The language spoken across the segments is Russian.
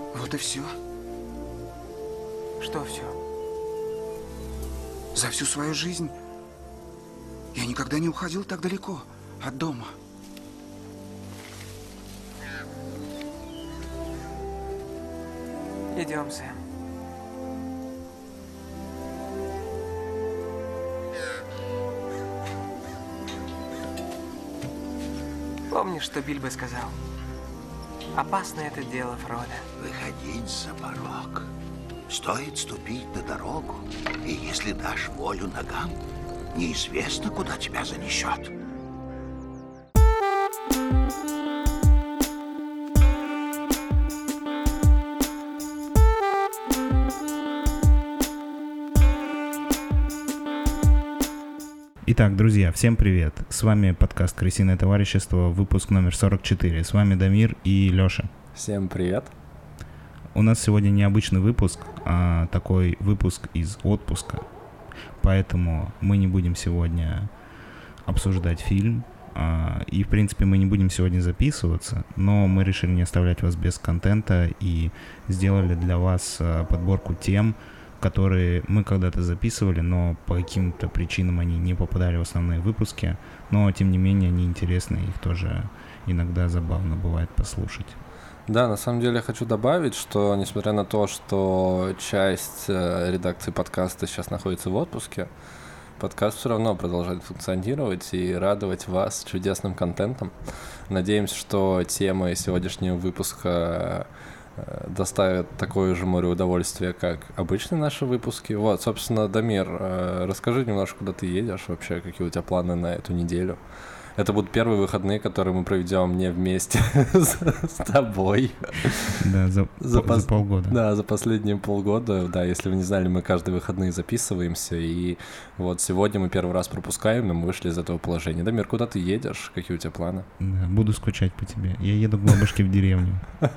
Вот и все. Что все? За всю свою жизнь я никогда не уходил так далеко от дома. Идем, Сэм. Помнишь, что Бильбо сказал? Опасно это дело, Фродо. Выходить за порог. Стоит ступить на дорогу, и если дашь волю ногам, неизвестно, куда тебя занесет. Итак, друзья, всем привет. С вами подкаст «Крысиное товарищество», выпуск номер 44. С вами Дамир и Лёша. Всем привет. У нас сегодня необычный выпуск, а такой выпуск из отпуска. Поэтому мы не будем сегодня обсуждать фильм. И, в принципе, мы не будем сегодня записываться, но мы решили не оставлять вас без контента и сделали для вас подборку тем, которые мы когда-то записывали, но по каким-то причинам они не попадали в основные выпуски, но тем не менее они интересны, их тоже иногда забавно бывает послушать. Да, на самом деле я хочу добавить, что несмотря на то, что часть редакции подкаста сейчас находится в отпуске, подкаст все равно продолжает функционировать и радовать вас чудесным контентом. Надеемся, что темы сегодняшнего выпуска доставят такое же море удовольствия, как обычные наши выпуски. Вот, собственно, Дамир, расскажи немножко, куда ты едешь вообще, какие у тебя планы на эту неделю. Это будут первые выходные, которые мы проведем не вместе с тобой. Да, за полгода. Да, за последние полгода. Да, если вы не знали, мы каждые выходные записываемся, и вот сегодня мы первый раз пропускаем, но мы вышли из этого положения. Дамир, куда ты едешь? Какие у тебя планы? Да, буду скучать по тебе. Я еду к бабушке в деревню.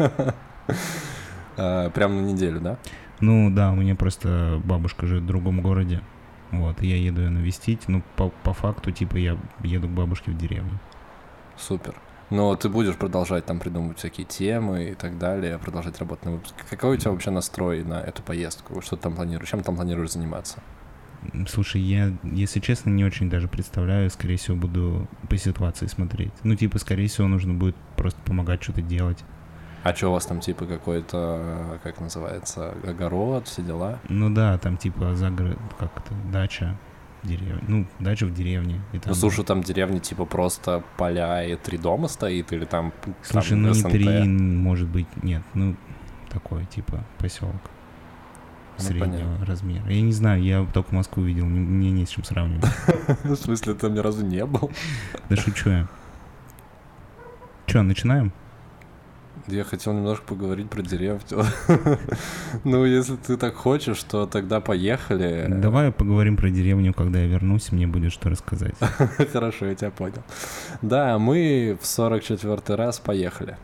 Прям на неделю, да? Ну да, у меня просто бабушка живет в другом городе. Вот, я еду ее навестить. Ну, по факту, типа, я еду к бабушке в деревню. Супер. Но ты будешь продолжать там придумывать всякие темы и так далее, продолжать работать на выпуске. Какой у тебя вообще настрой на эту поездку? Что ты там планируешь? Чем там планируешь заниматься? Слушай, я, если честно, не очень даже представляю. Скорее всего, буду по ситуации смотреть. Ну, типа, скорее всего, нужно будет просто помогать что-то делать. А что у вас там, типа, какой-то, как называется, огород, все дела? Ну да, там, типа, как это, дача, деревня. Ну, дача в деревне. И там... Ну, слушай, там деревня, типа, просто поля и 3 дома стоит, или там... Слушай, там ну, СНТ? не 3, может быть, нет. Ну, такой, типа, поселок среднего размера. Я не знаю, я только Москву видел, мне не с чем сравнивать. В смысле, ты там ни разу не был? Да шучу я. Че, начинаем? Я хотел немножко поговорить про деревню. Ну, если ты так хочешь, то тогда поехали. Давай поговорим про деревню, когда я вернусь, мне будет что рассказать. Хорошо, я тебя понял. Да, мы в 44-й раз поехали.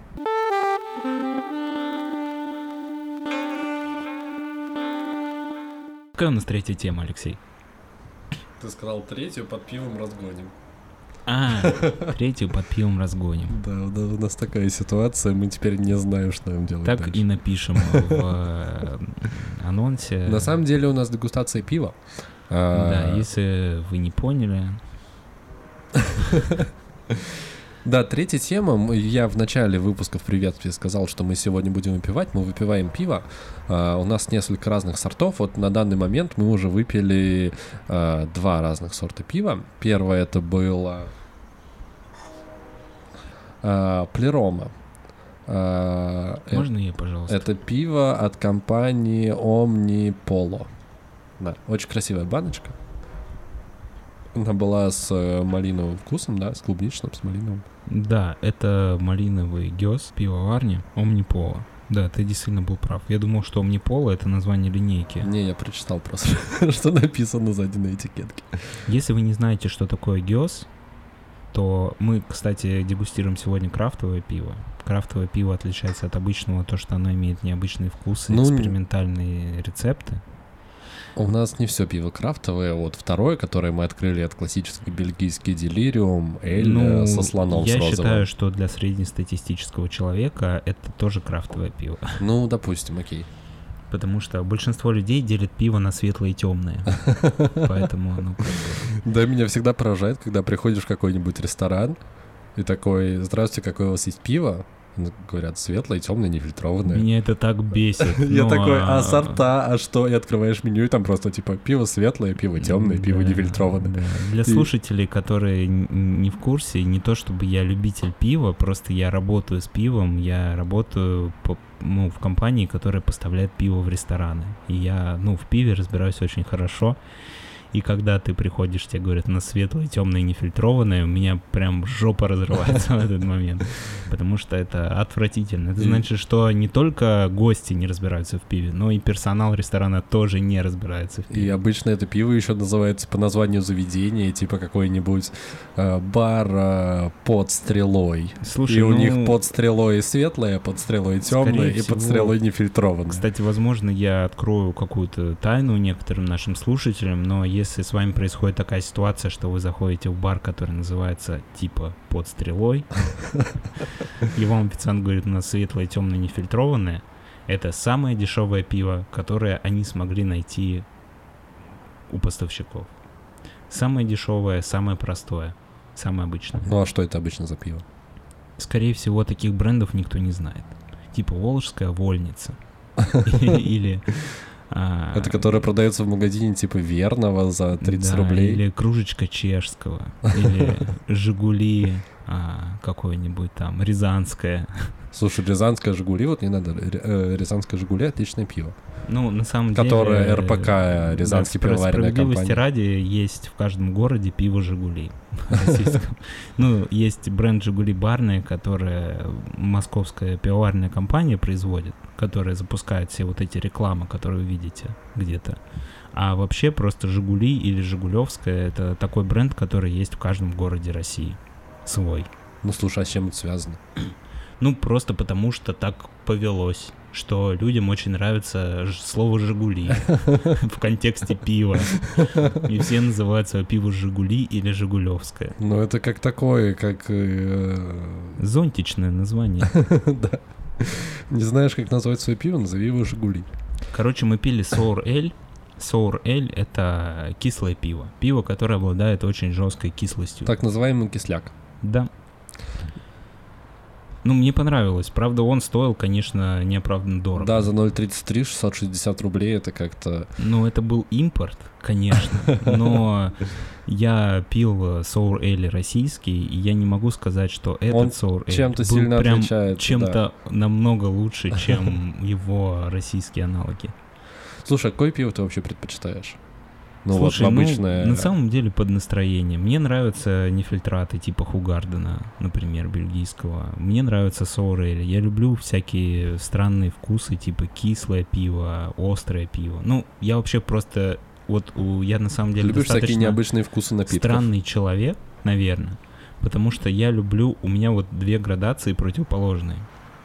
Какая у нас третья тема, Алексей? Ты сказал третью, под пивом разгоним. Третью под пивом разгоним. Да, у нас такая ситуация, мы теперь не знаем, что нам делать так дальше. И напишем в анонсе. На самом деле у нас дегустация пива. Да, если вы не поняли. Да, третья тема. Я в начале выпуска в приветствии сказал, что мы сегодня будем выпивать. Мы выпиваем пиво. У нас несколько разных сортов. Вот на данный момент мы уже выпили 2 разных сорта пива. Первое это было Плерома. Можно я, пожалуйста? Это пиво от компании Omnipolo. Да, очень красивая баночка. Она была с малиновым вкусом, да, с клубничным, с малиновым. Да, это малиновый гёз пивоварни Omnipolo. Да, ты действительно был прав. Я думал, что Omnipolo — это название линейки. Не, я прочитал просто, что написано сзади на этикетке. Если вы не знаете, что такое гёз, то мы, кстати, дегустируем сегодня крафтовое пиво. Крафтовое пиво отличается от обычного, то, что оно имеет необычные вкусы, экспериментальные рецепты. У нас не все пиво крафтовое. Вот второе, которое мы открыли, это классический бельгийский делириум, эль со слоном с я розовым. считаю, что для среднестатистического человека это тоже крафтовое пиво. Ну, допустим, окей. Потому что большинство людей делят пиво на светлое и темное. Поэтому, ну, как бы... Да, меня всегда поражает, когда приходишь в какой-нибудь ресторан и такой: здравствуйте, какое у вас есть пиво? Говорят, светлое, темное, нефильтрованное. Меня это так бесит. Я но, такой: а сорта, а что? И открываешь меню, и там просто типа пиво светлое, пиво темное, пиво да, нефильтрованное. да. Для слушателей, которые не в курсе, не то чтобы я любитель пива, просто я работаю с пивом, я работаю в компании, которая поставляет пиво в рестораны. И я, в пиве разбираюсь очень хорошо. И когда ты приходишь, тебе говорят на светлое, темное, нефильтрованное, у меня прям жопа разрывается в этот момент. Потому что это отвратительно. Это значит, что не только гости не разбираются в пиве, но и персонал ресторана тоже не разбирается в пиве. И обычно это пиво еще называется по названию заведения, типа какой-нибудь бар под стрелой. Слушай, и у них под стрелой светлое, под стрелой темное и под стрелой нефильтрованное. Кстати, возможно, я открою какую-то тайну некоторым нашим слушателям, но если с вами происходит такая ситуация, что вы заходите в бар, который называется типа под стрелой, и вам официант говорит: у нас светлое, темное, нефильтрованное, это самое дешевое пиво, которое они смогли найти у поставщиков. Самое дешевое, самое простое, самое обычное. Ну а что это обычно за пиво? Скорее всего, таких брендов никто не знает. Типа Волжская Вольница. Или... Это которое продается в магазине типа Верного за 30 рублей. Или кружечка чешского, или Жигули какое-нибудь там, Рязанское. Слушай, Рязанское Жигули, вот не надо, Рязанское Жигули отличное пиво. Ну, на самом деле... Которое РПК, Рязанский пивоваренная справедливости компания. ради, есть в каждом городе пиво Жигули. Ну, есть бренд Жигули барное, которое московская пивоваренная компания производит, которая запускает все вот эти рекламы, которые вы видите где-то. А вообще просто Жигули или Жигулевская — это такой бренд, который есть в каждом городе России. Свой. Ну, слушай, а с чем это связано? Ну, просто потому что так повелось, что людям очень нравится слово «Жигули» в контексте пива. И все называют свое пиво «Жигули» или «Жигулевское». Ну, это как такое, как... Зонтичное название. Да. Не знаешь, как назвать свое пиво, назови его «Жигули». Короче, мы пили Sour Ale. Sour Ale — это кислое пиво. Пиво, которое обладает очень жесткой кислостью. Так называемый кисляк. Да. Ну, мне понравилось. Правда, он стоил, конечно, неоправданно дорого. Да, за 0,33 660 рублей это как-то... Ну, это был импорт, конечно, но я пил Sour Ale российский, и я не могу сказать, что этот Он Sour Ale чем-то был сильно прям отличается, чем-то намного лучше, чем его российские аналоги. Слушай, а какое пиво ты вообще предпочитаешь? Ну, Слушай, вот обычное... на самом деле под настроение. Мне нравятся нефильтраты типа Хугардена, например, бельгийского. Мне нравится Sour Ale. Я люблю всякие странные вкусы, типа кислое пиво, острое пиво. Ну, я вообще просто... я на самом деле Любишь всякие достаточно необычные вкусы напитков? странный человек, наверное. Потому что я люблю... У меня вот две градации противоположные.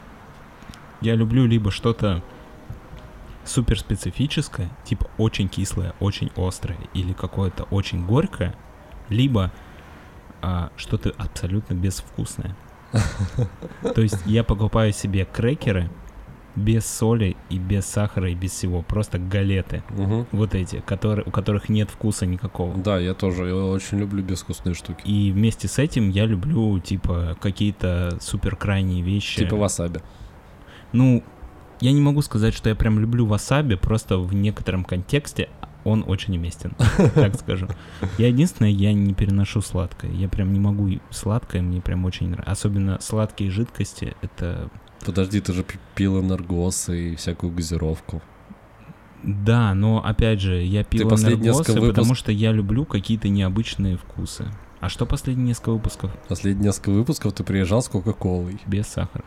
Я люблю либо что-то супер специфическое, типа очень кислое, очень острое, или какое-то очень горькое, либо что-то абсолютно безвкусное. То есть я покупаю себе крекеры без соли и без сахара и без всего, просто галеты. Угу. Вот эти, у которых нет вкуса никакого. Да, я тоже очень люблю безвкусные штуки. И вместе с этим я люблю, типа, какие-то супер крайние вещи. Типа васаби. Ну, я не могу сказать, что я прям люблю васаби, просто в некотором контексте он очень уместен, так скажу. Я не переношу сладкое. Я прям не могу сладкое, мне прям очень нравится. Особенно сладкие жидкости, это... Подожди, ты же пил энергосы и всякую газировку. Да, но опять же, я пил энергосы, выпуск... потому что я люблю какие-то необычные вкусы. А что последние несколько выпусков? Последние несколько выпусков ты приезжал с Кока-Колой. Без сахара.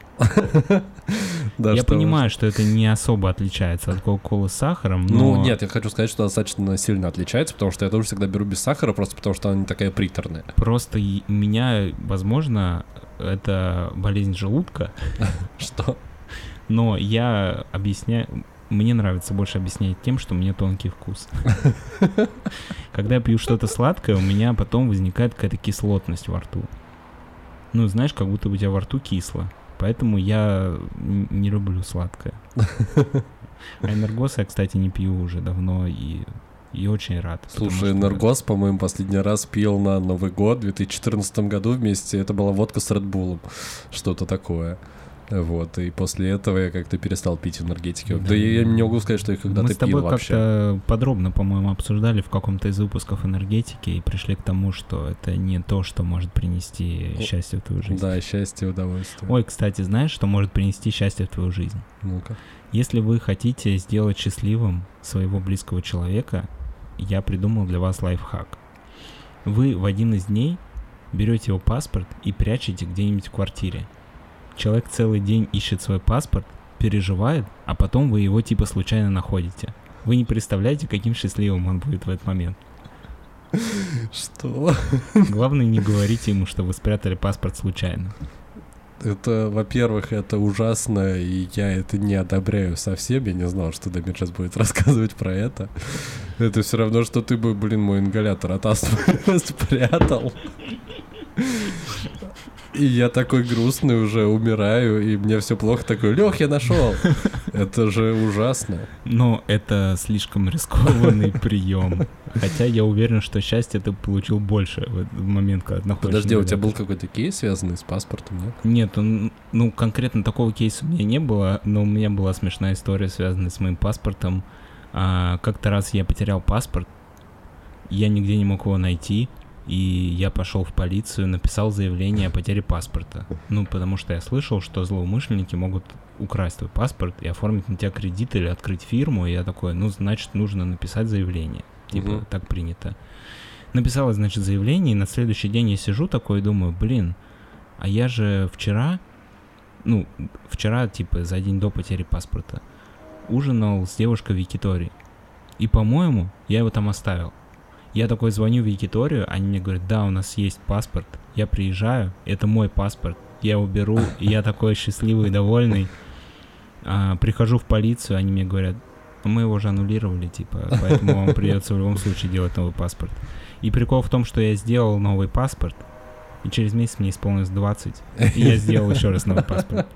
Да, я понимаю, что это не особо отличается от Кока-Колы с сахаром, но... Ну, нет, я хочу сказать, что достаточно сильно отличается, потому что я тоже всегда беру без сахара, просто потому что она не такая приторная. Просто у меня, возможно, это болезнь желудка. Что? Но я объясняю... мне нравится больше объяснять тем, что у меня тонкий вкус. Когда я пью что-то сладкое, у меня потом возникает какая-то кислотность во рту. Ну, знаешь, как будто у тебя во рту кисло. Поэтому я не люблю сладкое. А Энергос я, кстати, не пью уже давно и очень рад. Слушай, Энергос, по-моему, последний раз пил на Новый год в 2014 году вместе. Это была водка с Редбулом. Что-то такое. Вот, и после этого я как-то перестал пить энергетики. Да я не могу сказать, что я когда-то пил вообще. Мы с тобой как-то подробно, по-моему, обсуждали в каком-то из выпусков энергетики и пришли к тому, что это не то, что может принести счастье в твою жизнь. Да, счастье, удовольствие. Ой, кстати, знаешь, что может принести счастье в твою жизнь? Ну-ка. Если вы хотите сделать счастливым своего близкого человека, я придумал для вас лайфхак. Вы в один из дней берете его паспорт и прячете где-нибудь в квартире. Человек целый день ищет свой паспорт, переживает, а потом вы его типа случайно находите. Вы не представляете, каким счастливым он будет в этот момент. Что? Главное, не говорите ему, что вы спрятали паспорт случайно. Это, во-первых, это ужасно, и я это не одобряю совсем. Я не знал, что Дамир сейчас будет рассказывать про это. Это все равно, что ты бы, мой ингалятор от астмы спрятал. И я такой грустный уже, умираю, и мне все плохо, такой: Лёх, я нашел. Это же ужасно. Но это слишком рискованный прием. Хотя я уверен, что счастье ты получил больше в момент, когда находишься. Подожди, у тебя был какой-то кейс, связанный с паспортом, нет? Нет, ну конкретно такого кейса у меня не было, но у меня была смешная история, связанная с моим паспортом. Как-то раз я потерял паспорт, я нигде не мог его найти. И я пошел в полицию, написал заявление о потере паспорта. Ну, потому что я слышал, что злоумышленники могут украсть твой паспорт и оформить на тебя кредит или открыть фирму. И я такой, ну, значит, нужно написать заявление. Типа, так принято. Написала, значит, заявление, и на следующий день я сижу такой и думаю, блин, а я же вчера, типа, за день до потери паспорта, ужинал с девушкой в Якитории. И, по-моему, я его там оставил. Я такой звоню в Якиторию, они мне говорят, да, у нас есть паспорт. Я приезжаю, это мой паспорт, я его беру, и я такой счастливый и довольный. Прихожу в полицию, они мне говорят, мы его уже аннулировали, типа, поэтому вам придется в любом случае делать новый паспорт. И прикол в том, что я сделал новый паспорт, и через месяц мне исполнилось 20, и я сделал еще раз новый паспорт.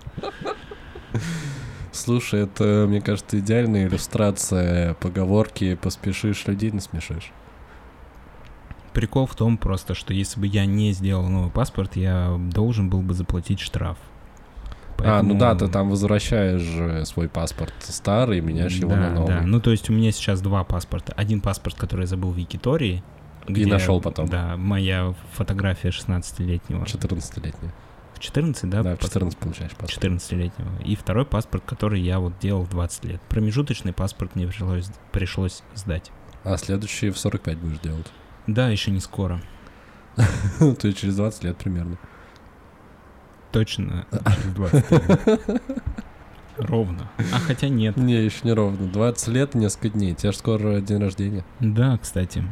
Слушай, это, мне кажется, идеальная иллюстрация поговорки «поспешишь, людей насмешишь». Прикол в том просто, что если бы я не сделал новый паспорт, я должен был бы заплатить штраф. Поэтому... ну да, ты там возвращаешь свой паспорт старый и меняешь его на новый. Да, ну то есть у меня сейчас два паспорта. Один паспорт, который я забыл в Якитории. И нашел потом. Да, моя фотография 16-летнего. 14-летняя. В 14, да? Да, в 14 получаешь паспорт. 14-летнего. И второй паспорт, который я вот делал в 20 лет. Промежуточный паспорт мне пришлось сдать. А следующий в 45 будешь делать? Да, еще не скоро. То есть через 20 лет примерно. Точно, через 20 лет. Ровно. А хотя нет. Не, еще не ровно. 20 лет и несколько дней. У тебя же скоро день рождения. Да, кстати.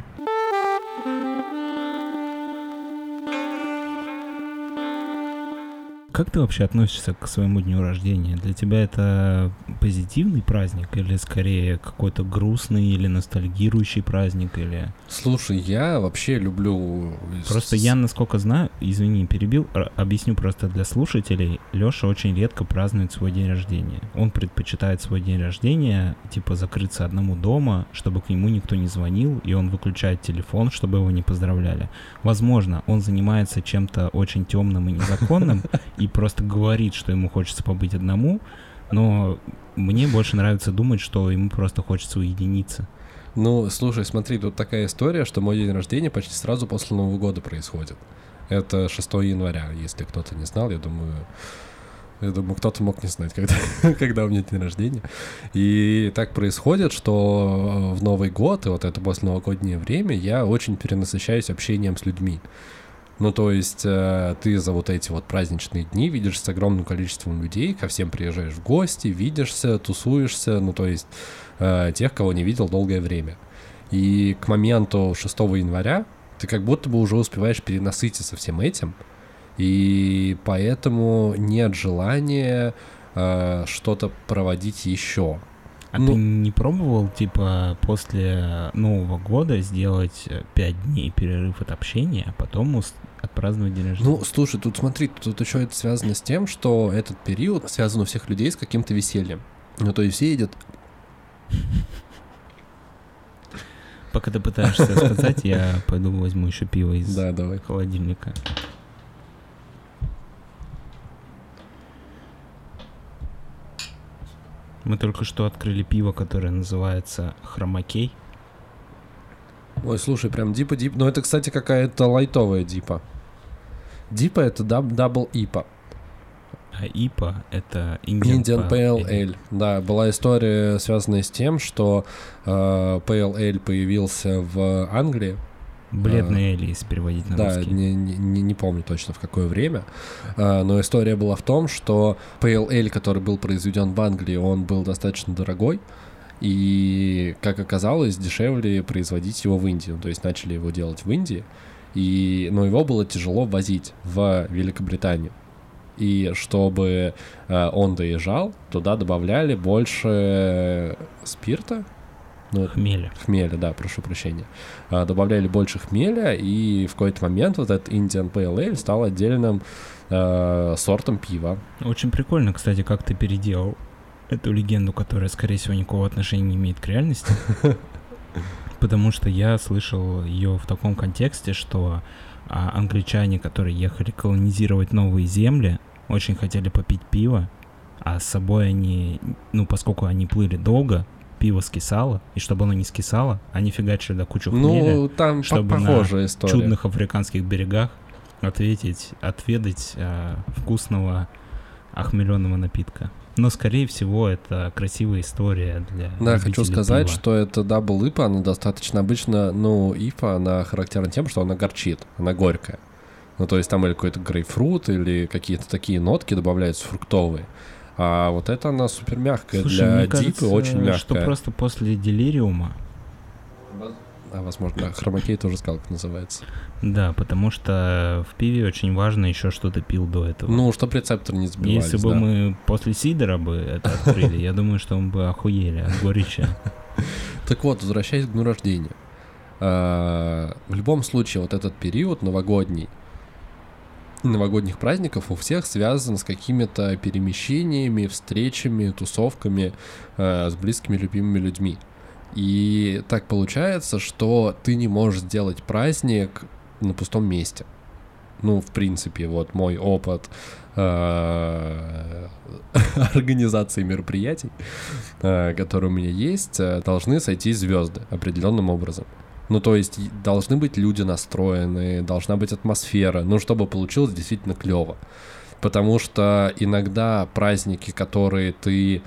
Как ты вообще относишься к своему дню рождения? Для тебя это позитивный праздник или скорее какой-то грустный или ностальгирующий праздник? Или... Слушай, я вообще люблю... Просто я, насколько знаю, извини, перебил, объясню просто для слушателей. Лёша очень редко празднует свой день рождения. Он предпочитает свой день рождения, типа, закрыться одному дома, чтобы к нему никто не звонил, и он выключает телефон, чтобы его не поздравляли. Возможно, он занимается чем-то очень темным и незаконным, и просто говорит, что ему хочется побыть одному, но мне больше нравится думать, что ему просто хочется уединиться. Ну, слушай, смотри, тут такая история, что мой день рождения почти сразу после Нового года происходит. Это 6 января, если кто-то не знал, я думаю, кто-то мог не знать, когда у меня день рождения. И так происходит, что в Новый год, и вот это посленовогоднее время, я очень перенасыщаюсь общением с людьми. Ну, то есть ты за вот эти вот праздничные дни видишься с огромным количеством людей, ко всем приезжаешь в гости, видишься, тусуешься, ну, то есть тех, кого не видел долгое время. И к моменту 6 января ты как будто бы уже успеваешь перенасытиться всем этим, и поэтому нет желания что-то проводить еще. А ты не пробовал, типа, после Нового года сделать 5 дней перерыв от общения, а потом отпраздновать день рождения? Ну, слушай, тут смотри, тут еще это связано с тем, что этот период связан у всех людей с каким-то весельем. Ну, то есть все едят... Пока ты пытаешься сказать, я пойду возьму еще пиво из холодильника. Мы только что открыли пиво, которое называется Хромакей. Ой, слушай, прям дипа. Ну, это, кстати, какая-то лайтовая дипа. Дипа — это дабл ипа. А ипа — это Indian Pale Ale. Да, была история, связанная с тем, что Pale Ale появился в Англии. Бледный эль, если переводить на русский. Да, не помню точно в какое время. Но история была в том, что Pale Ale, который был произведен в Англии, он был достаточно дорогой. И, как оказалось, дешевле производить его в Индии. То есть начали его делать в Индии. Но его было тяжело возить в Великобританию. И чтобы он доезжал, туда добавляли больше спирта. Хмеля, да, прошу прощения. Добавляли больше хмеля, и в какой-то момент вот этот Indian Pale Ale стал отдельным сортом пива. Очень прикольно, кстати, как ты переделал эту легенду, которая, скорее всего, никакого отношения не имеет к реальности. Потому что я слышал ее в таком контексте, что англичане, которые ехали колонизировать новые земли, очень хотели попить пиво, а с собой они, поскольку они плыли долго, пиво скисало, и чтобы оно не скисало, они фигачили до кучу хмеля, там чтобы похожая на история. Чудных африканских берегах отведать вкусного охмеленного напитка. Но, скорее всего, это красивая история для Да, хочу сказать, пива. что это дабл ипа, она достаточно обычно, ипа, она характерна тем, что она горчит, она горькая. То есть там или какой-то грейпфрут, или какие-то такие нотки добавляются фруктовые. А вот это она супер мягкая. Слушай, для мне дипы кажется, очень мягкая. что просто после делириума. Возможно, хромакей тоже сказал, как называется. Да, потому что в пиве очень важно еще, что ты пил до этого. Чтоб рецепторы не сбивались. Если бы мы после сидора бы это открыли, я думаю, что мы бы охуели от горечи. Так вот, возвращаясь к дню рождения. В любом случае, вот этот период новогодних праздников у всех связан с какими-то перемещениями, встречами, тусовками с близкими, любимыми людьми. И так получается, что ты не можешь сделать праздник на пустом месте. В принципе, вот мой опыт организации мероприятий, который у меня есть, должны сойтись звезды определенным образом. То есть должны быть люди настроены, должна быть атмосфера, чтобы получилось действительно клево. Потому что иногда праздники, которые ты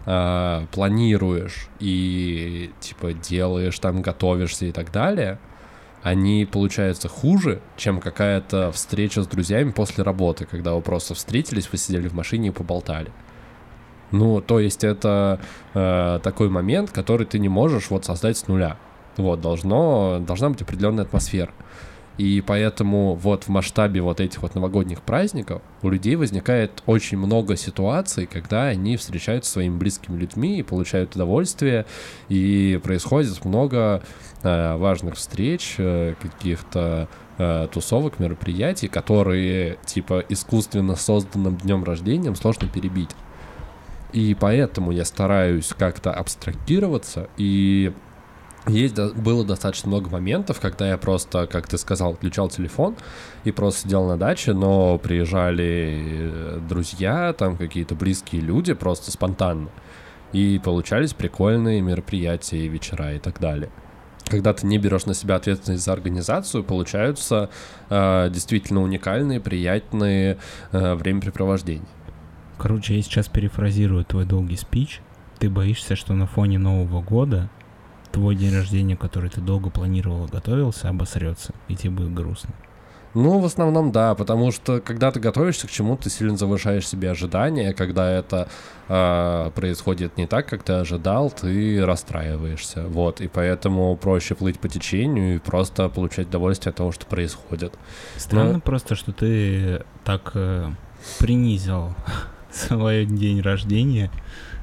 планируешь и делаешь, там готовишься и так далее, они получаются хуже, чем какая-то встреча с друзьями после работы, когда вы просто встретились, вы сидели в машине и поболтали. То есть это такой момент, который ты не можешь создать с нуля. Должна быть определенная атмосфера. И поэтому в масштабе этих новогодних праздников у людей возникает очень много ситуаций, когда они встречаются со своими близкими людьми и получают удовольствие, и происходит много важных встреч, каких-то тусовок, мероприятий, которые искусственно созданным днем рождения сложно перебить. И поэтому я стараюсь как-то абстрагироваться, и было достаточно много моментов, когда я просто, как ты сказал, включал телефон и просто сидел на даче, но приезжали друзья, там какие-то близкие люди просто спонтанно, и получались прикольные мероприятия, вечера и так далее. Когда ты не берешь на себя ответственность за организацию, получаются действительно уникальные, приятные времяпрепровождения. Короче, я сейчас перефразирую твой долгий спич. Ты боишься, что на фоне Нового года твой день рождения, который ты долго планировал и готовился, обосрется, и тебе будет грустно. В основном, да, потому что, когда ты готовишься к чему-то, ты сильно завышаешь себе ожидания, когда это происходит не так, как ты ожидал, ты расстраиваешься, и поэтому проще плыть по течению и просто получать удовольствие от того, что происходит. Странно просто, что ты так принизил свой день рождения,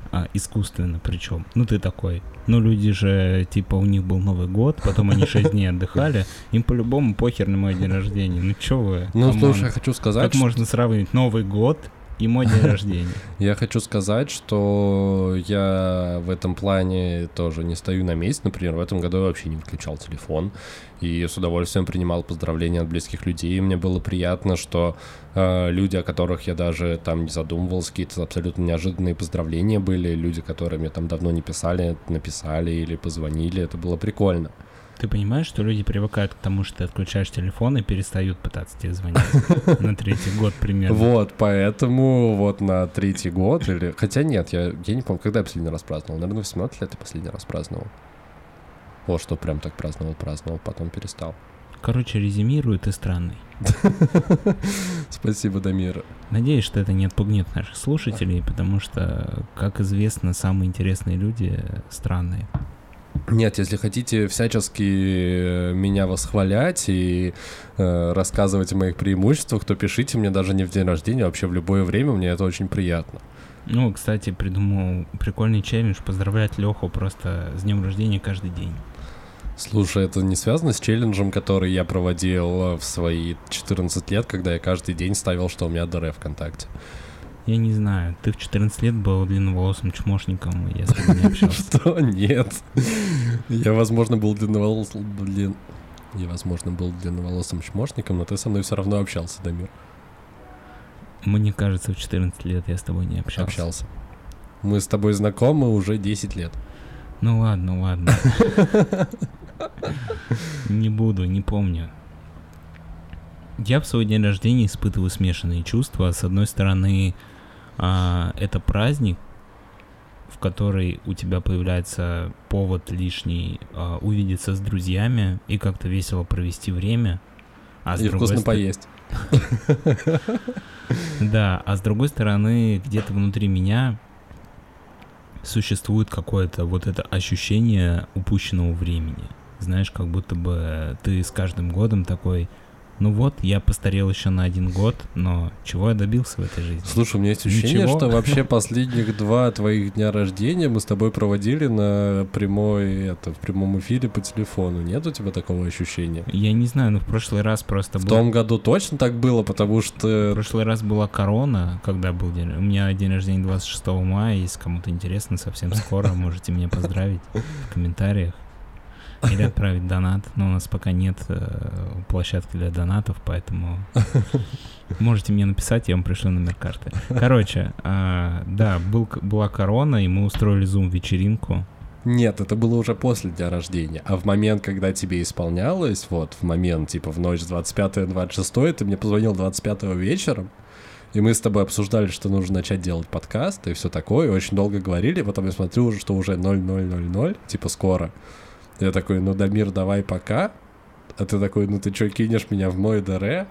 искусственно причем. Ну, ты такой. Ну, люди же, типа, у них был Новый год, потом они 6 дней отдыхали. Им по-любому похер на мой день рождения. Ну, чё вы? Ну, Камон. слушай, я хочу сказать, Как можно сравнить Новый год и мой день рождения? Я хочу сказать, что я в этом плане тоже не стою на месте. Например, в этом году я вообще не выключал телефон и с удовольствием принимал поздравления от близких людей. И мне было приятно, что люди, о которых я даже там не задумывался, какие-то абсолютно неожиданные поздравления были. Люди, которые мне там давно не писали, написали или позвонили. Это было прикольно. Ты понимаешь, что люди привыкают к тому, что ты отключаешь телефон и перестают пытаться тебе звонить на 3-й год примерно. Вот, поэтому вот на 3-й год или... Хотя нет, я не помню, когда я последний раз праздновал. Наверное, в 18 лет я последний раз праздновал. Вот что прям так праздновал, потом перестал. Короче, резюмирую, ты странный. Спасибо, Дамир. Надеюсь, что это не отпугнет наших слушателей, потому что, как известно, самые интересные люди странные. Нет, если хотите всячески меня восхвалять и рассказывать о моих преимуществах, то пишите мне даже не в день рождения, а вообще в любое время, мне это очень приятно. Ну, кстати, придумал прикольный челлендж поздравлять Леху просто с днем рождения каждый день. Слушай, это не связано с челленджем, который я проводил в свои 14 лет, когда я каждый день ставил, что у меня ДР ВКонтакте? Я не знаю, ты в 14 лет был длинноволосым чмошником, и я с тобой не общался. Что? Нет. Я, возможно, был длинноволосым чмошником, но ты со мной все равно общался, Дамир. Мне кажется, в 14 лет я с тобой не общался. Общался. Мы с тобой знакомы уже 10 лет. Ну ладно. Не буду, не помню. Я в свой день рождения испытываю смешанные чувства. С одной стороны, это праздник, в который у тебя появляется повод лишний увидеться с друзьями и как-то весело провести время. И вкусно поесть. Да, а с другой стороны, где-то внутри меня существует какое-то вот это ощущение упущенного времени. Знаешь, как будто бы ты с каждым годом такой... Ну вот, я постарел еще на 1 год, но чего я добился в этой жизни? Слушай, у меня есть ощущение, Ничего. что вообще последних 2 твоих дня рождения мы с тобой проводили в прямом эфире по телефону. Нет у тебя такого ощущения? Я не знаю, но в прошлый раз просто В том году точно так было, потому что... В прошлый раз была корона, когда был день... У меня день рождения 26 мая, если кому-то интересно, совсем скоро можете меня поздравить в комментариях. Или отправить донат, но у нас пока нет площадки для донатов, поэтому можете мне написать, я вам пришлю номер карты. Короче, да, была корона, и мы устроили зум-вечеринку. Нет, это было уже после дня рождения. А в момент, когда тебе исполнялось, вот, в момент, типа, в ночь с 25 на 26, ты мне позвонил 25-го вечером, и мы с тобой обсуждали, что нужно начать делать подкаст и все такое, и очень долго говорили, потом я смотрю уже, что уже 00:00, типа, скоро. Я такой, ну, Дамир, давай пока. А ты такой, ну, ты что, кинешь меня в мой ДР?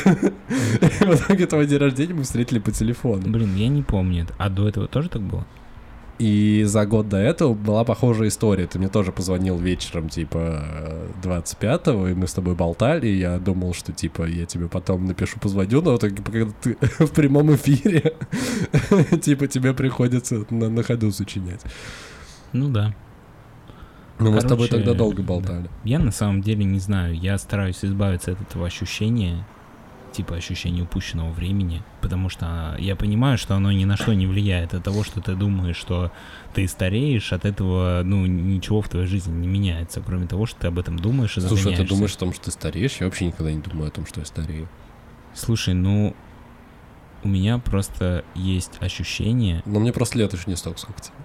И в итоге этого день рождения мы встретили по телефону. Блин, я не помню. А до этого тоже так было? И за год до этого была похожая история. Ты мне тоже позвонил вечером, типа, 25-го, и мы с тобой болтали, и я думал, что, типа, я тебе потом напишу, позвоню, но в итоге, когда ты в прямом эфире, типа, тебе приходится на ходу сочинять. Ну да. Ну, мы с тобой Короче, тогда долго болтали. Я на самом деле не знаю, я стараюсь избавиться от этого ощущения, типа ощущения упущенного времени, потому что я понимаю, что оно ни на что не влияет. От того, что ты думаешь, что ты стареешь, от этого, ну, ничего в твоей жизни не меняется, кроме того, что ты об этом думаешь и загоняешься. Слушай, ты думаешь о том, что ты стареешь? Я вообще никогда не думаю о том, что я старею. Слушай, ну, у меня просто есть ощущение... Но мне просто лет еще не столько, сколько тебе.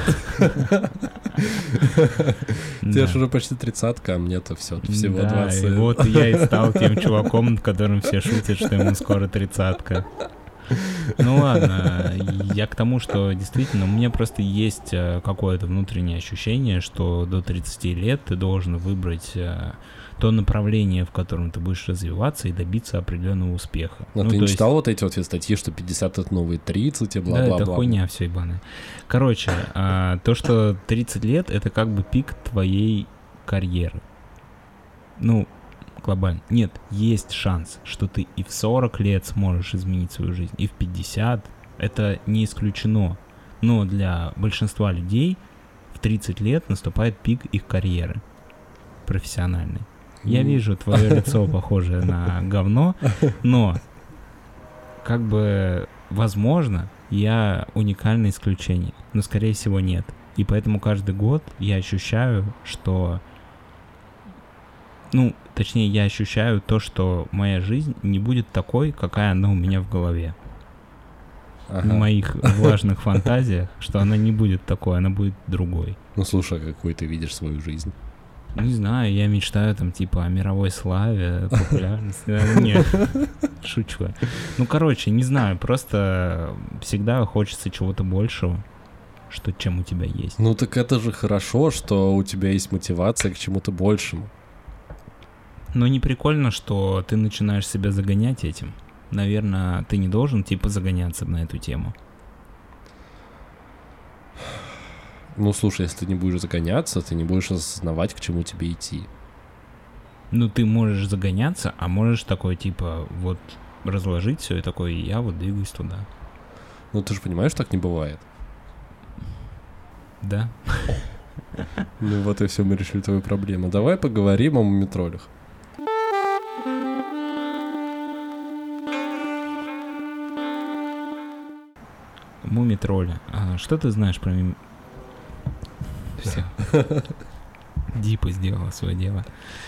Тебе же уже почти 30-ка, а мне-то всего 20. Да, и вот я и стал тем чуваком, над которым все шутят, что ему скоро 30-ка. Ну ладно, я к тому, что действительно у меня просто есть какое-то внутреннее ощущение, что до 30 лет ты должен выбрать то направление, в котором ты будешь развиваться и добиться определенного успеха. Но ты не читал вот эти вот все статьи, что 50 это новые 30 и бла-бла-бла? Да, это хуйня все ебаная. Короче, то, что 30 лет, это как бы пик твоей карьеры. Ну, глобально. Нет, есть шанс, что ты и в 40 лет сможешь изменить свою жизнь, и в 50. Это не исключено. Но для большинства людей в 30 лет наступает пик их карьеры профессиональной. Я вижу твое лицо, похожее на говно, но как бы, возможно, я уникальное исключение, но, скорее всего, нет. И поэтому каждый год я ощущаю, что... Ну, точнее, я ощущаю то, что моя жизнь не будет такой, какая она у меня в голове. В моих влажных фантазиях, что она не будет такой, она будет другой. Ну, слушай, а какой ты видишь свою жизнь? Не знаю, я мечтаю там типа о мировой славе, популярности. Нет, шучу. Ну, короче, не знаю, просто всегда хочется чего-то большего, чем у тебя есть. Ну, так это же хорошо, что у тебя есть мотивация к чему-то большему. Но не прикольно, что ты начинаешь себя загонять этим. Наверное, ты не должен типа загоняться на эту тему. Ну, слушай, если ты не будешь загоняться, ты не будешь осознавать, к чему тебе идти. Ну, ты можешь загоняться, а можешь такой, типа, вот разложить все и такой, я вот двигаюсь туда. Ну, ты же понимаешь, так не бывает. Да. Ну, вот и все, мы решили твою проблему. Давай поговорим о мумитролях. Мумитроли. Что ты знаешь про Все. Дипа сделала свое дело.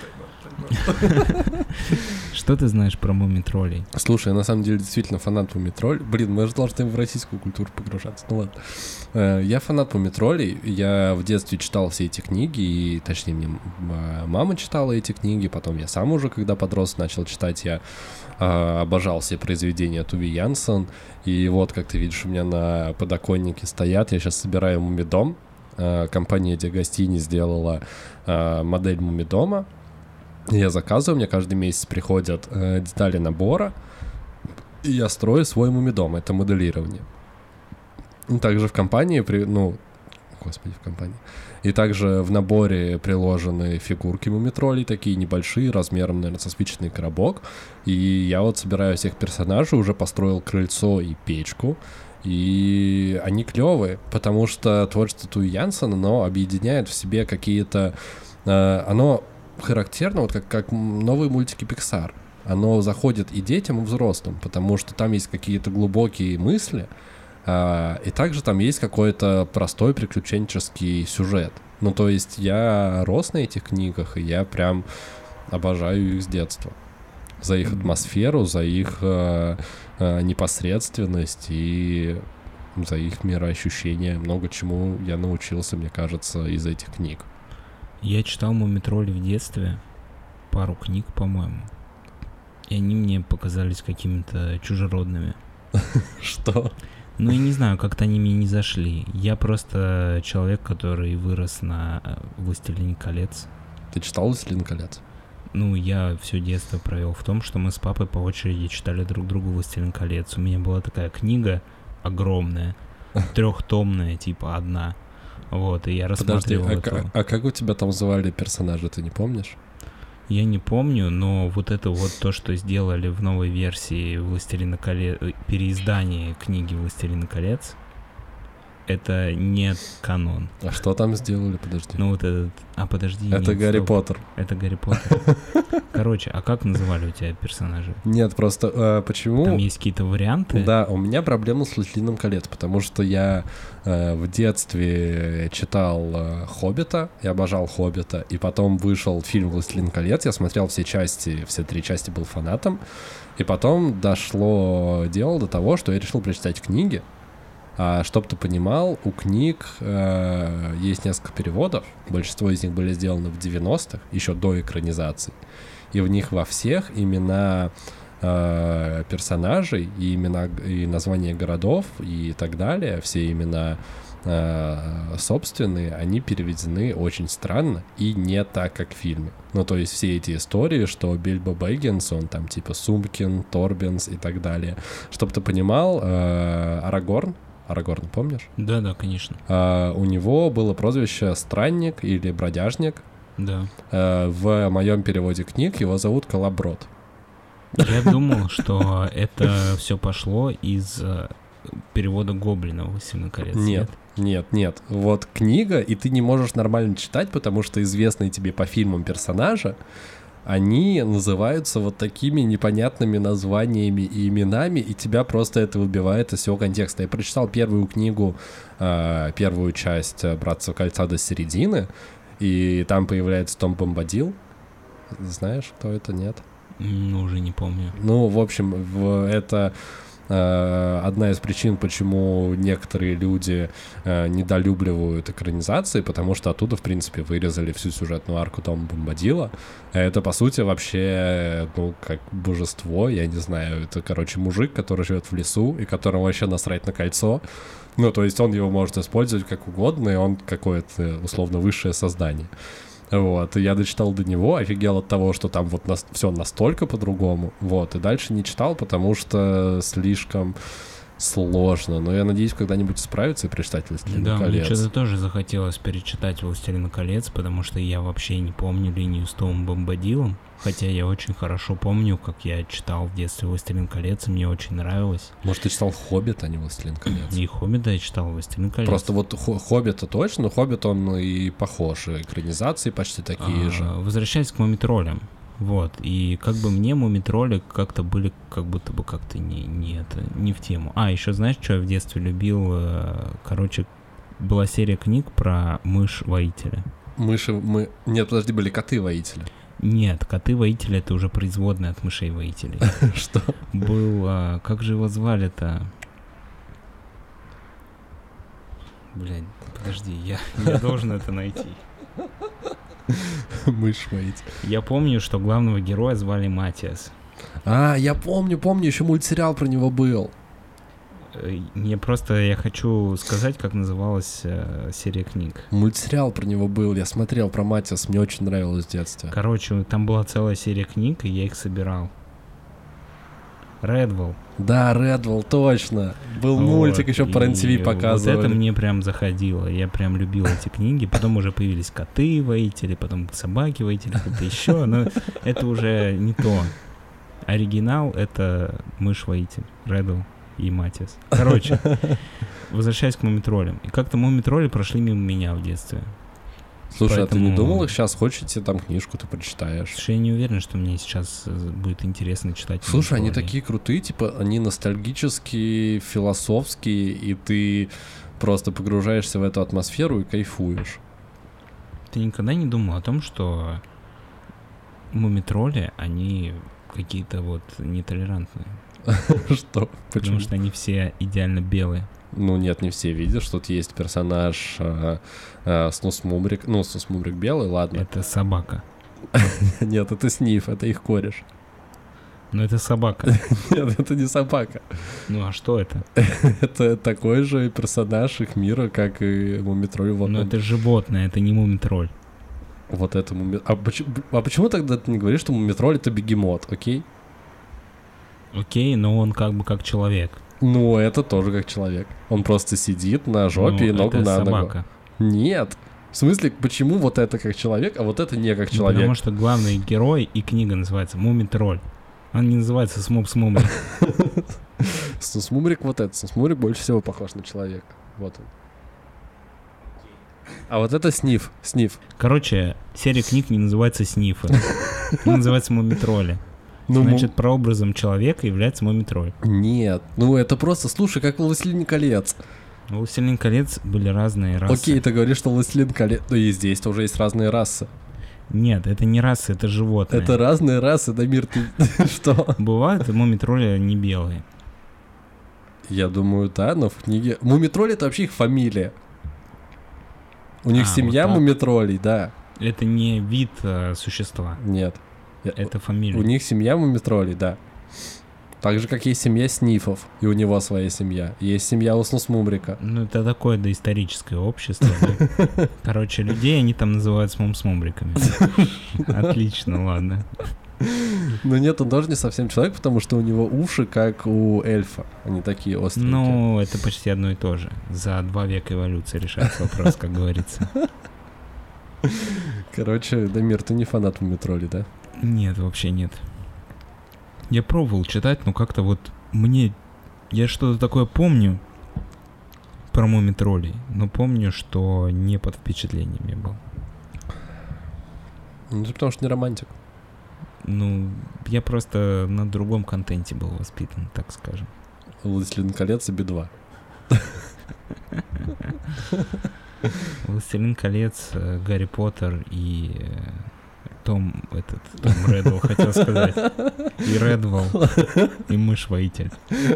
Что ты знаешь про мумитролей? Слушай, я на самом деле действительно фанат мумитролей. Блин, мы же должны в российскую культуру погружаться. Ну ладно. Я фанат мумитролей. Я в детстве читал все эти книги, и, точнее, мне мама читала эти книги, потом я сам уже, когда подрос, начал читать, я обожал все произведения Туви Янсен. И вот, как ты видишь, у меня на подоконнике стоят. Я сейчас собираю мумидом. Компания Диагостини сделала модель мумидома. Я заказываю, мне каждый месяц приходят детали набора, и я строю свой мумидом. Это моделирование. И также в компании, И также в наборе приложены фигурки мумитролей, такие небольшие, размером, наверное, со спичечный коробок. И я вот собираю всех персонажей, уже построил крыльцо и печку. И они клевые, потому что творчество Туви Янсен, оно объединяет в себе какие-то... Оно характерно, вот как новые мультики Pixar. Оно заходит и детям, и взрослым, потому что там есть какие-то глубокие мысли, и также там есть какой-то простой приключенческий сюжет. Ну, то есть я рос на этих книгах, и я прям обожаю их с детства. За их атмосферу, за их непосредственность и за их мироощущение. Много чему я научился, мне кажется, из этих книг. Я читал мумитроли в детстве, пару книг, по-моему, и они мне показались какими-то чужеродными. Что? Ну, я не знаю, как-то они мне не зашли. Я просто человек, который вырос на «Властелине колец». Ты читал «Властелин колец»? Ну, я все детство провел в том, что мы с папой по очереди читали друг другу «Властелин колец». У меня была такая книга огромная, 3-томная, типа одна. Вот, и я рассматривал эту. А как у тебя там звали персонажа, ты не помнишь? Я не помню, но вот это вот то, что сделали в новой версии «Властелина колец», переиздании книги «Властелина колец», это не канон. А что там сделали, подожди? Ну вот этот... подожди. Это нет, Гарри стоп. Поттер. Это Гарри Поттер. Короче, а как называли у тебя персонажей? Нет, просто почему... Там есть какие-то варианты? Да, у меня проблема с «Властелином колец», потому что я в детстве читал «Хоббита», я обожал «Хоббита», и потом вышел фильм «Властелин колец», я смотрел все 3 части, был фанатом, и потом дошло дело до того, что я решил прочитать книги. Чтоб ты понимал, у книг есть несколько переводов, большинство из них были сделаны в 90-х, еще до экранизации, и в них во всех имена персонажей и имена и названия городов и так далее, все имена собственные, они переведены очень странно и не так, как в фильме. Ну, то есть все эти истории, что Бильбо Бэггинс, он там типа Сумкин, Торбинс и так далее. Чтоб ты понимал, Арагорн, помнишь? Да, конечно. У него было прозвище Странник или Бродяжник. Да. В моем переводе книг его зовут Колоброд. Я думал, что это все пошло из перевода Гоблина «Властелин колец». Нет. Вот книга, и ты не можешь нормально читать, потому что известные тебе по фильмам персонажи, они называются вот такими непонятными названиями и именами, и тебя просто это выбивает из всего контекста. Я прочитал первую книгу, первую часть «Братства кольца» до середины, и там появляется Том Бомбадил. Знаешь, кто это? Нет? Ну, уже не помню. Ну, в общем, это одна из причин, почему некоторые люди недолюбливают экранизации, потому что оттуда, в принципе, вырезали всю сюжетную арку Тома Бомбадила. Это, по сути, вообще, ну, как божество, я не знаю, это, короче, мужик, который живет в лесу, и которому вообще насрать на кольцо. Ну, то есть он его может использовать как угодно, и он какое-то, условно, высшее создание. Вот, и я дочитал до него, офигел от того, что там вот все настолько по-другому, вот, и дальше не читал, потому что слишком сложно, но я надеюсь когда-нибудь справиться и прочитать «Властелин Да, колец». мне что-то тоже захотелось перечитать «Властелин колец», потому что я вообще не помню линию с Томом Бомбадилом, хотя я очень хорошо помню, как я читал в детстве «Властелин колец», и мне очень нравилось. Может, ты читал «Хоббит», а не «Властелин колец»? И «Хоббита» я читал, «Властелин колец». Просто вот «Хоббита» точно, но «Хоббит» он и похож, и экранизации почти такие же. Возвращаясь к «Мумитроллям», вот, и как бы мне «Мумитроли» как-то были как будто бы как-то не в тему. А, еще знаешь, что я в детстве любил? Короче, была серия книг про мышь-воителя. Нет, подожди, были коты-воители. Нет, коты-воители — это уже производные от мышей-воителей. Что? Был, как же его звали-то? Блядь, подожди, я должен это найти. Мышь-воитель. Я помню, что главного героя звали Матиас. А, я помню, еще мультсериал про него был. Я хочу сказать, как называлась серия книг. Мультсериал про него был, я смотрел про Матиас, мне очень нравилось в детстве. Короче, там была целая серия книг, и я их собирал. Редвелл. Да, Редвелл, точно. Был мультик, еще по РЕН-ТВ показывали. Вот это мне прям заходило. Я прям любил эти книги. Потом уже появились коты-воители, потом собаки-воители, что-то еще. Но это уже не то. Оригинал — это мышь-воитель. Редвелл и Матиас. Короче, возвращаясь к «Мумитроллям». И как-то «Мумитроли» прошли мимо меня в детстве. Слушай, Поэтому... а ты не думал их сейчас? Хочешь, тебе там книжку ты прочитаешь? Слушай, я не уверен, что мне сейчас будет интересно читать. Слушай, они такие крутые, типа, они ностальгические, философские, и ты просто погружаешься в эту атмосферу и кайфуешь. Ты никогда не думал о том, что «Мумитроли», они какие-то вот нетолерантные? Что? Почему? Потому что они все идеально белые. Ну нет, не все. Видишь, тут есть персонаж Снус Мумрик. Ну, Снус Мумрик белый, ладно. Это собака. Нет, это Сниф, это их кореш. Ну это собака. Нет, это не собака. Ну а что это? Это такой же персонаж их мира, как и Мумитроль. Вот ну это животное, это не Мумитроль. Вот это А почему тогда ты не говоришь, что Мумитроль — это бегемот, окей? Окей, но он как бы как человек. Ну, это тоже как человек. Он просто сидит на жопе и ногу на ногу. Собака. Нет. В смысле, почему вот это как человек, а вот это не как человек? Потому что главный герой и книга называется «Мумитроль». Он не называется «Смумрик». Снусмумрик вот этот. Снусмумрик больше всего похож на человека. Вот он. А вот это Сниф. Короче, серия книг не называется «Снифы». Она называется «Мумитроли». Ну, значит, прообразом человека является Мумитроль. Нет. Ну, это просто, слушай, как «Властелин колец». У «Властелин колец» были разные расы. Окей, ты говоришь, что «Властелин колец». Ну, и здесь тоже есть разные расы. Нет, это не расы, это животные. Это разные расы, Дамир, ты что? Бывают мумитроли не белые. Я думаю, да, но в книге... Мумитроли — это вообще их фамилия. У них семья вот мумитролей, да. Это не вид существа. Нет. Это фамилия. У них семья мумитролей, да. Так же, как есть семья Снифов, и у него своя семья. Есть семья у Снусмумрика. Ну, это такое доисторическое общество. Да? Короче, людей они там называют смумриками. Отлично, ладно. Но нет, он тоже не совсем человек, потому что у него уши, как у эльфа. Они такие острые. Ну, это почти одно и то же. За 2 века эволюции решается вопрос, как говорится. Короче, Дамир, ты не фанат Мумитролей, да? Нет, вообще нет. Я пробовал читать, но как-то вот мне Я что-то такое помню про мумитролей, но помню, что не под впечатлениями был. Ну, ты потому что не романтик. Ну, я просто на другом контенте был воспитан, так скажем. «Властелин колец» и Би-2. «Властелин колец», «Гарри Поттер» и Том Реддл, хотел сказать. И Редвелл, и Мышь-воитель.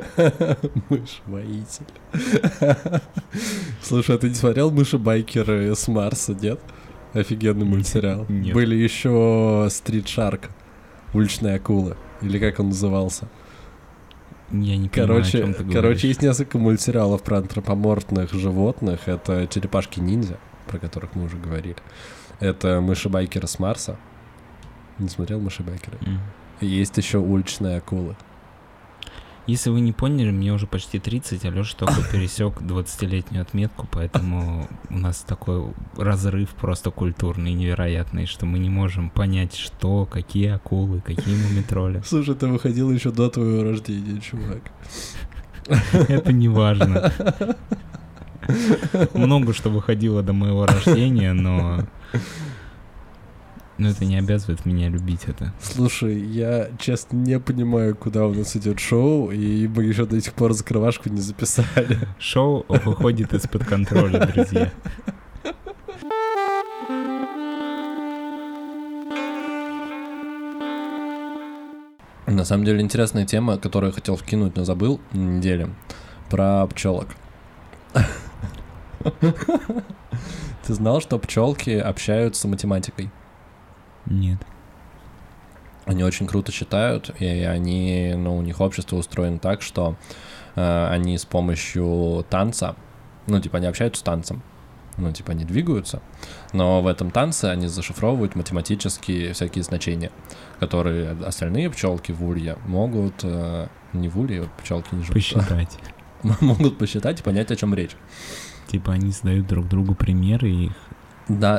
Мышь-воитель. Слушай, а ты не смотрел «Мыши-байкеры» с Марса, нет? Офигенный мультсериал. Нет. Были еще «Стрит Шарк», «Уличные акулы», или как он назывался. Я не понимаю, о чем ты говоришь. Короче, есть несколько мультсериалов про антропоморфных животных. Это «Черепашки-ниндзя», про которых мы уже говорили. Это «Мыши-байкеры» с Марса. Не смотрел «Мыши-байкеры»? И есть еще «Уличные акулы». Если вы не поняли, мне уже почти 30, а Лёша только пересек 20-летнюю отметку, поэтому у нас такой разрыв просто культурный, невероятный, что мы не можем понять, что, какие акулы, какие мумитроли. Слушай, ты выходил еще до твоего рождения, чувак. Это не важно. Много что выходило до моего рождения, но это не обязывает меня любить это. Слушай, я честно не понимаю, куда у нас идет шоу, и мы еще до сих пор закрывашку не записали. Шоу выходит из-под контроля, друзья. На самом деле интересная тема, которую я хотел вкинуть, но забыл на неделе, про пчелок. Ты знал, что пчелки общаются математикой? Нет. Они очень круто читают, и они, у них общество устроено так, что они с помощью танца, они общаются танцем, они двигаются, но в этом танце они зашифровывают математические всякие значения, которые остальные пчелки в улье могут, не в улье, пчелки не живут. Посчитать. Могут посчитать и понять, о чем речь. Типа они задают друг другу примеры и их... Да,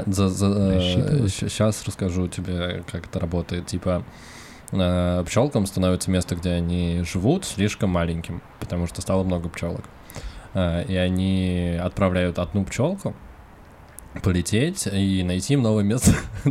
сейчас расскажу тебе, как это работает. Типа, пчелкам становится место, где они живут, слишком маленьким, потому что стало много пчелок. И они отправляют одну пчелку полететь и найти им новое место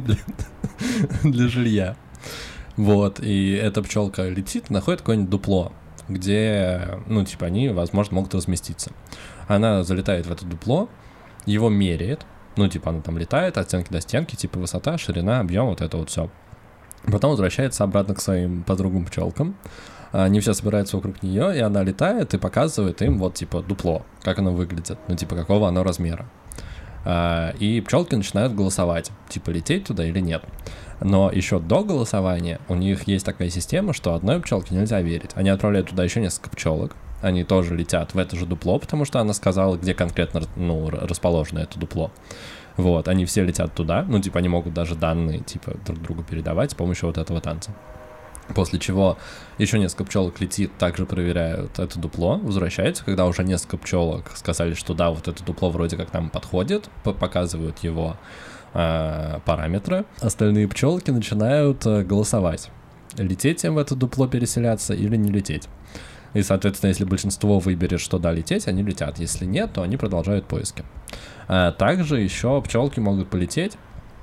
для жилья. Вот, и эта пчелка летит и находит какое-нибудь дупло, где, они, возможно, могут разместиться. Она залетает в это дупло, его меряет, она там летает от стенки до стенки, высота, ширина, объем, вот это вот все. Потом возвращается обратно к своим подругам-пчелкам. Они все собираются вокруг нее, и она летает и показывает им дупло, как оно выглядит, какого оно размера. И пчелки начинают голосовать, лететь туда или нет. Но еще до голосования у них есть такая система, что одной пчелке нельзя верить. Они отправляют туда еще несколько пчелок. Они тоже летят в это же дупло, потому что она сказала, где конкретно расположено это дупло. Вот, они все летят туда, они могут даже данные, друг другу передавать с помощью вот этого танца. После чего еще несколько пчелок летит, также проверяют это дупло, возвращаются, когда уже несколько пчелок сказали, что да, вот это дупло вроде как нам подходит, показывают его параметры. Остальные пчелки начинают голосовать, лететь им в это дупло, переселяться или не лететь. И, соответственно, если большинство выберет, что да, лететь, они летят. Если нет, то они продолжают поиски. Также еще пчелки могут полететь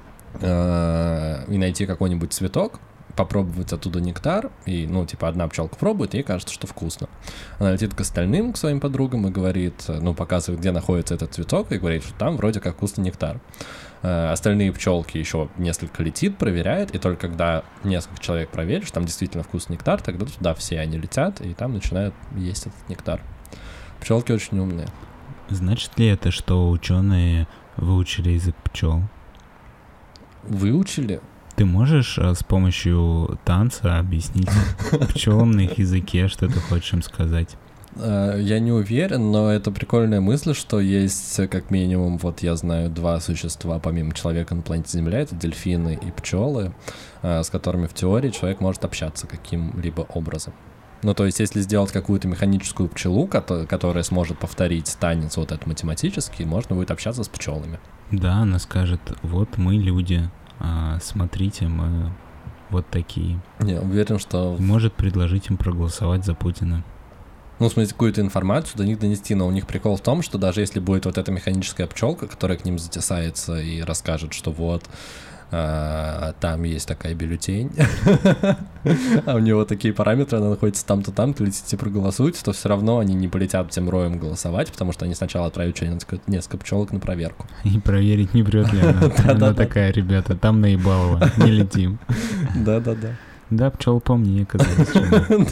и найти какой-нибудь цветок, попробовать оттуда нектар, и, одна пчелка пробует, и ей кажется, что вкусно. Она летит к остальным, к своим подругам, и говорит, показывает, где находится этот цветок, и говорит, что там вроде как вкусный нектар. Остальные пчелки еще несколько летит, проверяет, и только когда несколько человек проверит, что там действительно вкусный нектар, тогда туда все они летят, и там начинают есть этот нектар. Пчелки очень умные. Значит ли это, что ученые выучили язык пчел? Выучили? Ты можешь с помощью танца объяснить пчелам на их языке, что ты хочешь им сказать? Я не уверен, но это прикольная мысль, что есть как минимум, я знаю, 2 существа помимо человека на планете Земля, это дельфины и пчелы, с которыми в теории человек может общаться каким-либо образом. То есть, если сделать какую-то механическую пчелу, которая сможет повторить танец этот математический, можно будет общаться с пчелами. Да, она скажет, вот мы люди, смотрите, мы вот такие. Я уверен, что... Может предложить им проголосовать за Путина. ну, в смысле, какую-то информацию до них донести, но у них прикол в том, что даже если будет вот эта механическая пчелка, которая к ним затесается и расскажет, что вот там есть такая бюллетень, а у него такие параметры, она находится там-то, там-то, летите проголосуйте, то все равно они не полетят тем роем голосовать, потому что они сначала отправят несколько пчелок на проверку. И проверить, не врет ли она. Она такая: ребята, там наебалово, не летим. Да-да-да. Да, пчел помнее оказалось. чем.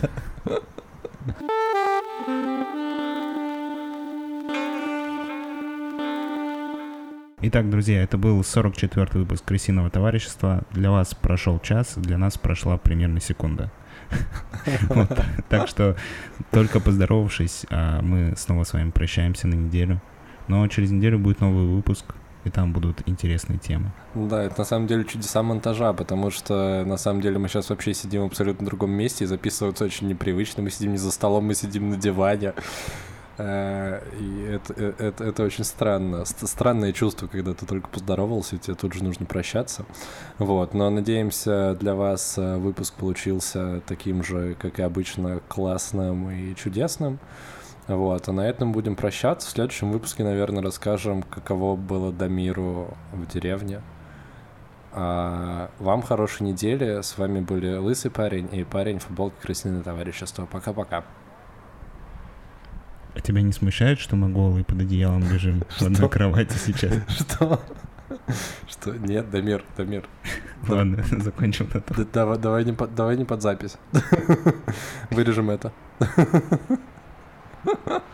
Итак, друзья, это был 44-й выпуск «Крысиного товарищества». Для вас прошел час, для нас прошла примерно секунда. Так что, только поздоровавшись, мы снова с вами прощаемся на неделю. Но через неделю будет новый выпуск, и там будут интересные темы. Да, это на самом деле чудеса монтажа, потому что на самом деле мы сейчас вообще сидим в абсолютно другом месте, и записываться очень непривычно. Мы сидим не за столом, мы сидим на диване. И это очень странно. Странное чувство, когда ты только поздоровался, и тебе тут же нужно прощаться. Вот. Но надеемся, для вас выпуск получился таким же, как и обычно, классным и чудесным. Вот. А на этом будем прощаться. В следующем выпуске, наверное, расскажем, каково было Дамиру в деревне. А вам хорошей недели. С вами были Лысый парень и парень в футболке «Крысиное товарищество». Пока-пока. А тебя не смущает, что мы голые под одеялом лежим в одной кровати сейчас? Что? Что? Нет, Дамир. Ладно, закончим на том. Давай не под запись. Вырежем это.